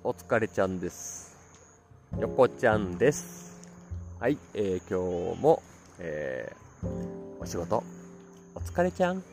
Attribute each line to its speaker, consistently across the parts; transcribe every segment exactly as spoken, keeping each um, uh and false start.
Speaker 1: お疲れちゃんです。横ちゃんです。はい、えー、今日も、えー、お仕事お疲れちゃん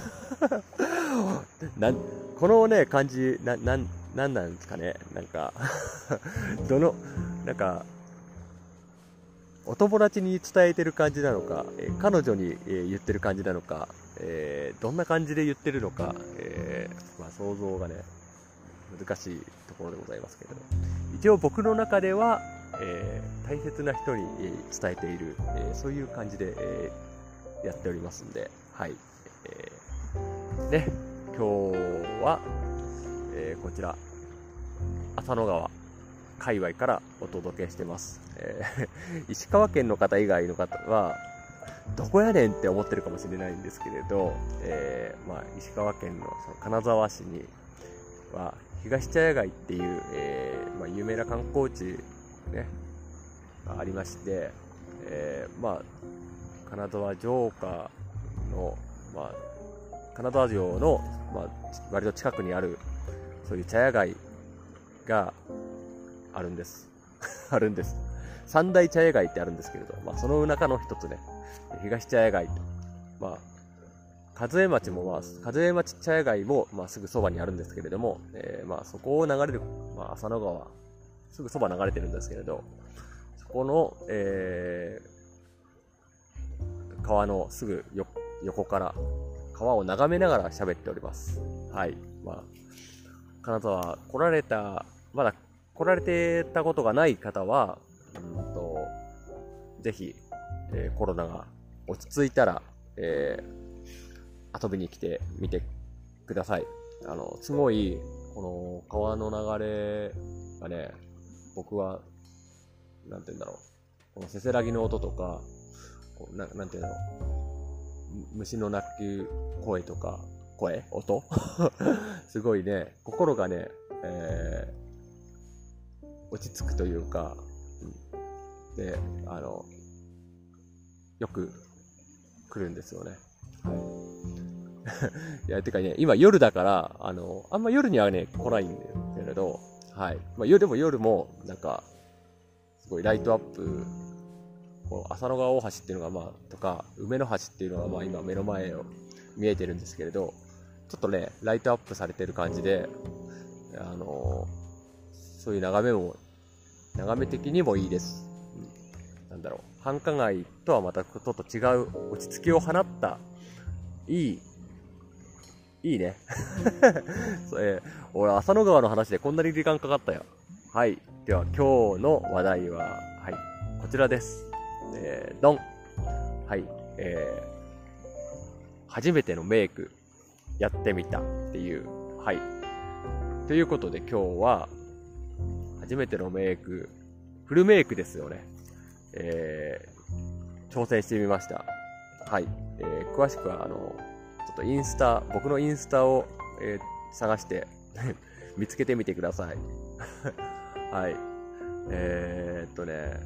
Speaker 1: なんこのね感じななんなんなんですかね。なんかどのなんかお友達に伝えてる感じなのか、えー、彼女に、えー、言ってる感じなのか、えー、どんな感じで言ってるのか、えーまあ、想像がね難しいところでございますけれど、一応僕の中では、えー、大切な人に、えー、伝えている、えー、そういう感じで、えー、やっておりますんで、はい、えー、ね、今日は、えー、こちら浅野川界隈からお届けしてます。えー、石川県の方以外の方はどこやねんって思ってるかもしれないんですけれど、えーまあ、石川県のその金沢市には東茶屋街っていう、えーまあ、有名な観光地、ね、がありまして、えーまあ、金沢城下の、まあ、金沢城の、まあ、割と近くにあるそういう茶屋街があるんですあるんです三大茶屋街ってあるんですけれど、まあ、その中の一つね、東茶屋街、まあ、和江町も、まあ、和江町茶屋街も、まあ、すぐそばにあるんですけれども、えーまあ、そこを流れる、まあ、浅野川すぐそば流れてるんですけれど、そこの、えー、川のすぐよ横から川を眺めながら喋っております。はい、まあ、金沢来られたまだ来られてたことがない方は、うんとぜひ、えー、コロナが落ち着いたら、えー、遊びに来てみてください。あのすごいこの川の流れがね、僕はなんて言うんだろう、このせせらぎの音とか、こうななんて言うんだろう、虫の鳴き声とか声音すごいね、心がね、えー、落ち着くというか、うん、で、あのよく来るんですよね。はい。いや、てかね、今夜だから、あの、あんま夜にはね、来ないんだけれど、はい。まあ、夜も夜も、なんか、すごいライトアップ、こう浅野川大橋っていうのが、まあ、とか、梅の橋っていうのが、まあ、今目の前を見えてるんですけれど、ちょっとね、ライトアップされてる感じで、あの、そういう眺めも、眺め的にもいいです。うん、なんだろう、繁華街とはまたちょっと違う落ち着きを放ったいいいいねそれ俺浅野川の話でこんなに時間かかったよ。はい、では今日の話題は、はい、こちらです。えー、ドン。はい、えー、初めてのメイクやってみたっていう、はい、ということで今日は初めてのメイク、フルメイクですよね。えー、挑戦してみました。はい、えー、詳しくはあのちょっとインスタ、僕のインスタを、えー、探して見つけてみてくださいはい、えー、っとね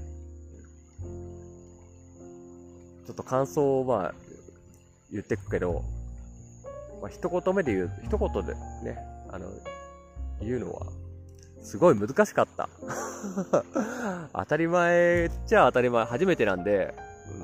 Speaker 1: ちょっと感想をまあ言ってくけど、まあ、一言目で言う一言でね、あの言うのはすごい難しかった当たり前っちゃ当たり前、初めてなんで、うん、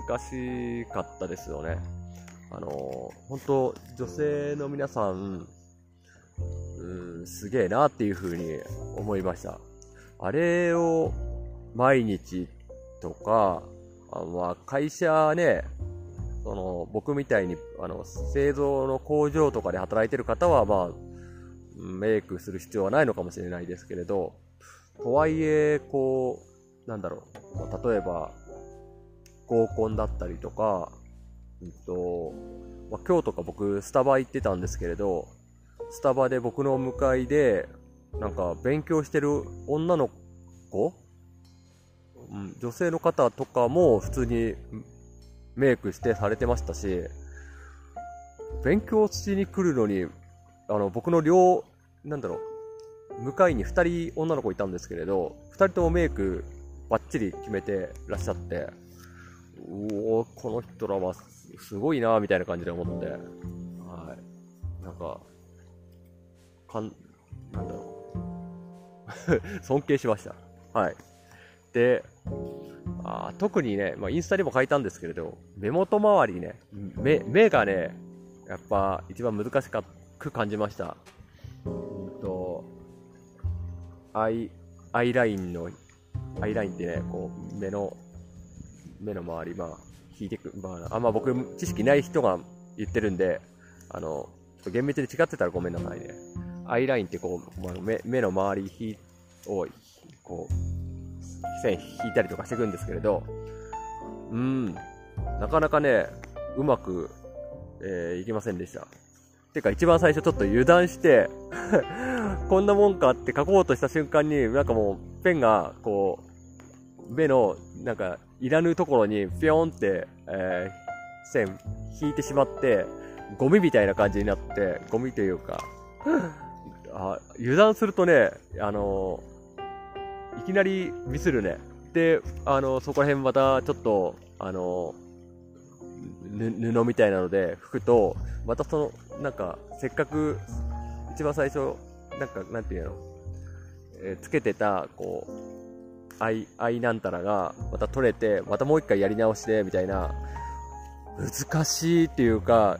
Speaker 1: 難しかったですよね。あのー、本当女性の皆さん、うん、すげえなっていう風に思いました。あれを毎日とか、あまあ会社ね、その僕みたいにあの製造の工場とかで働いてる方はまあメイクする必要はないのかもしれないですけれど、とはいえこうなんだろう、まあ、例えば合コンだったりとか、うんとまあ、今日とか僕スタバ行ってたんですけれど、スタバで僕の向かいでなんか勉強してる女の子、うん、女性の方とかも普通にメイクしてされてましたし、勉強しに来るのにあの僕の両なんだろう向かいにふたり女の子いたんですけれど、ふたりともメイクバッチリ決めてらっしゃって、おおこの人らはすごいなみたいな感じで思って、はい、なんかかんなんだろ尊敬しました。はい。で、あ特にね、まあ、インスタにも書いたんですけれど、目元周りね、目、目がね、やっぱ一番難しく感じました。うんと、アイ、アイラインの、アイラインってね、こう、目の、目の周り、まあ、引いてく、まあ、あんま僕、知識ない人が言ってるんで、あの、厳密に違ってたらごめんなさいね。アイラインってこう、まあ、目目の周りを、こう、線引いたりとかしていくんですけれど、うーん、なかなかね、うまく、えー、いきませんでした。てか、一番最初ちょっと油断して、こんなもんかって書こうとした瞬間に、なんかもう、ペンが、こう、目の、なんか、いらぬところに、ぴょんって、えー、線引いてしまって、ゴミみたいな感じになって、ゴミというか、あ油断するとね、あのー、いきなりミスるね。で、あのー、そこら辺またちょっと、あのー、布みたいなので拭くと、またその、なんか、せっかく、一番最初、なんか、なんていうの、えー、つけてた、こう、アイ、アイなんたらが、また取れて、またもう一回やり直して、みたいな、難しいっていうか、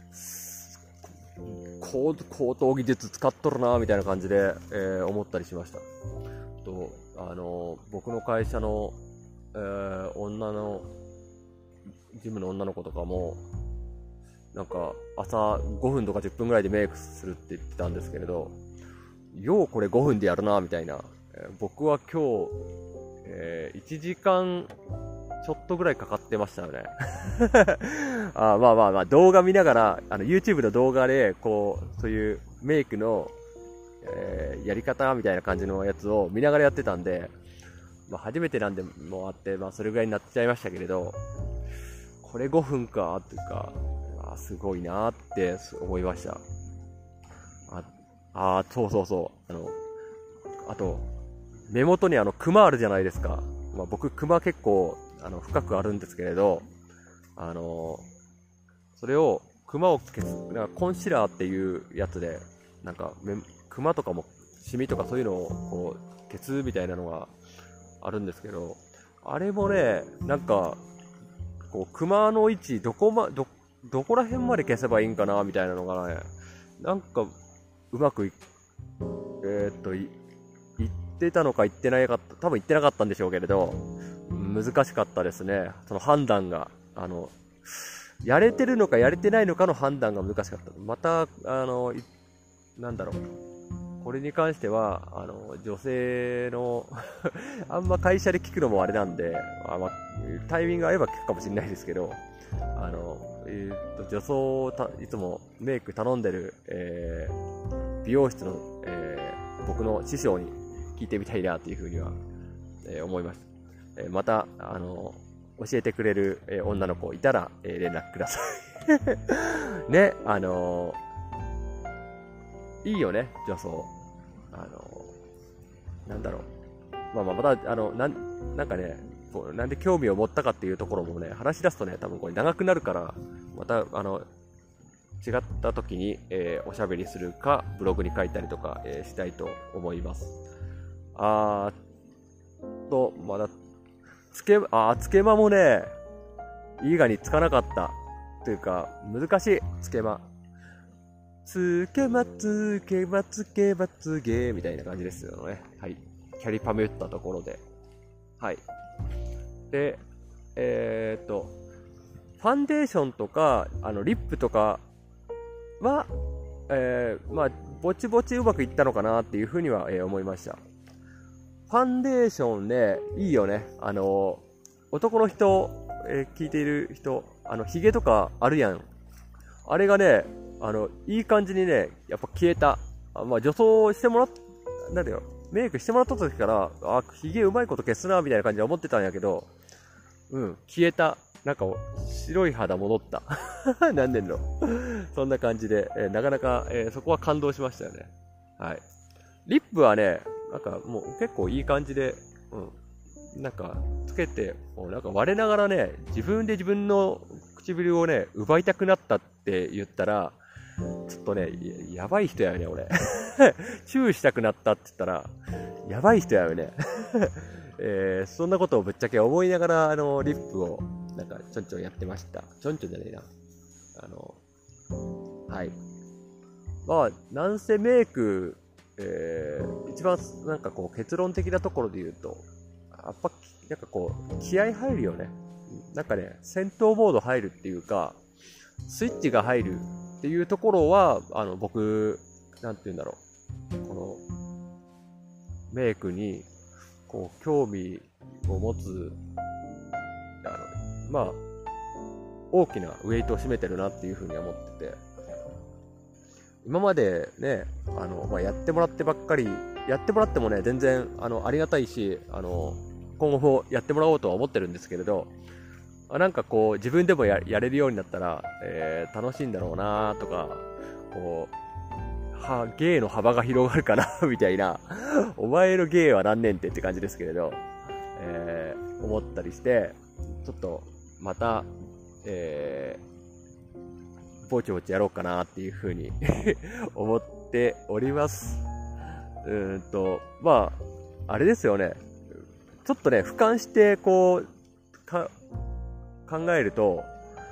Speaker 1: 高, 高等技術使っとるなみたいな感じで、えー、思ったりしました。とあの僕の会社の、えー、女のジムの女の子とかもなんか朝ごふんとかじゅっぷんぐらいでメイクするって言ってたんですけれど、ようこれごふんでやるなみたいな、えー、僕は今日、えー、いちじかんちょっとぐらいかかってましたよね。あまあまあまあ、動画見ながら、あの YouTube の動画で、こう、そういうメイクの、えー、やり方みたいな感じのやつを見ながらやってたんで、まあ初めてなんでもあって、まあそれぐらいになっちゃいましたけれど、これごふんか、っていうか、あすごいなって思いました。あ、あそうそうそう。あの、あと、目元にあの、クマあるじゃないですか。まあ僕、クマ結構、あの深くあるんですけれど、あのー、それをクマを消すなんかコンシーラーっていうやつでなんかクマとかもシミとかそういうのをこう消すみたいなのがあるんですけど、あれもねなんかこうクマの位置どこまどどこら辺まで消せばいいんかなみたいなのがねなんかうまくいえー、っとい言ってたのか言ってないかった多分言ってなかったんでしょうけれど。難しかったですね。その判断が、あの、やれてるのかやれてないのかの判断が難しかった。また、あの、なんだろう。これに関しては、あの、女性の、あんま会社で聞くのもあれなんで、あまあ、タイミング合えば聞くかもしれないですけど、あの、えー、っと、女装た、いつもメイク頼んでる、えー、美容室の、えー、僕の師匠に聞いてみたいなっていうふうには、えー、思いました。また、あの、教えてくれる、えー、女の子いたら、えー、連絡ください。ね、あのー、いいよね、女装。あのー、なんだろう。まあまあ、また、あの、なん、なんかね、こうなんで興味を持ったかっていうところもね、話し出すとね、多分これ長くなるから、また、あの、違った時に、えー、おしゃべりするか、ブログに書いたりとか、えー、したいと思います。あーと、まだ、つけ、あ、つけまもね、いいがにつかなかった。というか、難しい、つけま。つけま、つけま、つけま、つげみたいな感じですよね。はい。キャリパム打ったところで。はい。で、えーっと、ファンデーションとか、あの、リップとかは、えー、まあ、ぼちぼちうまくいったのかなっていうふうには、えー、思いました。ファンデーションね、いいよね。あの、男の人、えー、聞いている人、あの、ヒゲとかあるやん。あれがね、あの、いい感じにね、やっぱ消えた。あまあ、女装してもらっ、なんだよ、メイクしてもらった時から、あ、ヒゲうまいこと消すな、みたいな感じで思ってたんやけど、うん、消えた。なんか、白い肌戻った。何年のそんな感じで、えー、なかなか、えー、そこは感動しましたよね。はい。リップはね、なんかもう結構いい感じで、うん。なんか、つけて、もうなんか我ながらね、自分で自分の唇をね、奪いたくなったって言ったら、ちょっとね、やばい人やね、俺。チューしたくなったって言ったら、 やばい人やよね。えー、そんなことをぶっちゃけ思いながら、あの、リップを、なんか、ちょんちょんやってました。ちょんちょんじゃねえな。あの、はい。まあ、なんせメイク、えー、一番、なんかこう、結論的なところで言うと、やっぱ、なんかこう、気合入るよね。なんかね、戦闘モード入るっていうか、スイッチが入るっていうところは、あの、僕、なんて言うんだろう。この、メイクに、こう、興味を持つ、あの、まあ、大きなウェイトを占めてるなっていうふうに思ってて、今までね、あの、まあ、やってもらってばっかり、やってもらってもね、全然、あの、ありがたいし、あの、今後もやってもらおうとは思ってるんですけれど、なんかこう、自分でも や, やれるようになったら、えー、楽しいんだろうなとか、こう、は、芸の幅が広がるかなみたいな、お前の芸は何年ってって感じですけれど、えー、思ったりして、ちょっと、また、えー、ぼちぼちやろうかなっていうふうに思っております。うーんと、まあ、あれですよね。ちょっとね、俯瞰して、こう、か、考えると、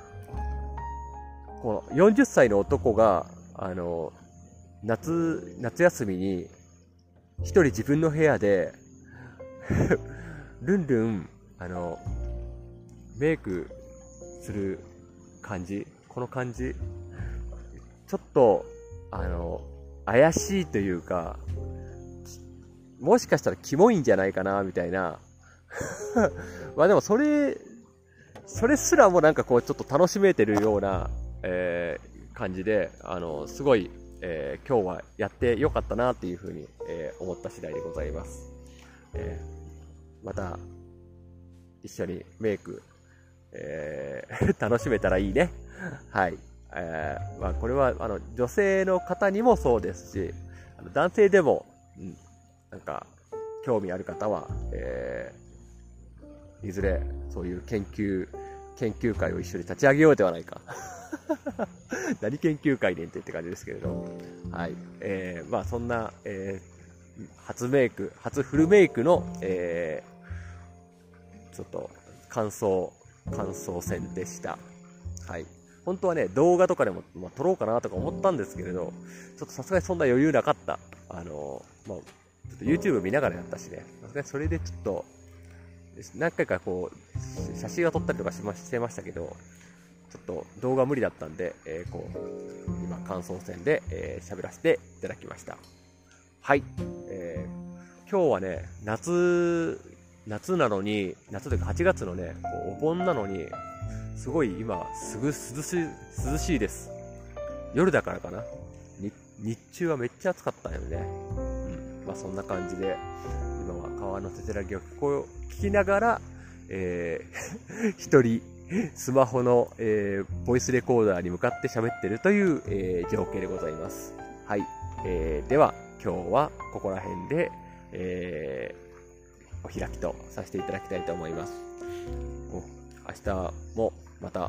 Speaker 1: このよんじゅっさいの男が、あの、夏、夏休みに、一人自分の部屋で、ルンルン、あの、メイクする感じ、この感じ、ちょっと、あの、怪しいというか、もしかしたらキモいんじゃないかな、みたいな。まあでもそれ、それすらもなんかこうちょっと楽しめてるような、えー、感じで、あの、すごい、えー、今日はやってよかったなっていうふうに、えー、思った次第でございます。えー、また、一緒にメイク、えー、楽しめたらいいね。はい。えー、まあこれは、あの、女性の方にもそうですし、あの男性でも、うん、なんか、興味ある方は、えー、いずれ、そういう研究、研究会を一緒に立ち上げようではないか。何研究会ねんってって感じですけれど。はい。えー、まあそんな、えー、初メイク、初フルメイクの、えー、ちょっと、感想、感想戦でした。はい。本当はね、動画とかでも、まあ、撮ろうかなとか思ったんですけれど、ちょっとさすがにそんな余裕なかった。あの、まあ、ちょっと YouTube 見ながらやったしね、さすがにそれでちょっと、何回かこう、写真は撮ったりとかしましてましたけど、ちょっと動画無理だったんで、えー、こう、今、感想戦で、えー、喋らせていただきました。はい。えー、今日はね、夏、夏なのに、夏というかはちがつのね、こうお盆なのに、すごい今、すぐ涼しい、涼しいです。夜だからかな。に日中はめっちゃ暑かったよね。うん。まあそんな感じで、今は川のせせらぎを聞こえ、聞きながら、えー、一人、スマホの、えー、ボイスレコーダーに向かって喋ってるという、えー、情景でございます。はい。えー、では、今日はここら辺で、えー、お開きとさせていただきたいと思います。明日もまた、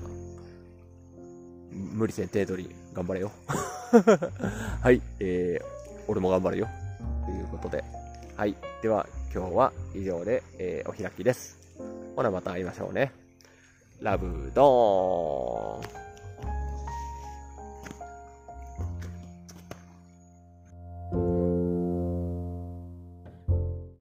Speaker 1: 無理せん程度に頑張れよ。はい、えー、俺も頑張るよ。ということで。はい。では、今日は以上で、えー、お開きです。ほな、また会いましょうね。ラブドーン。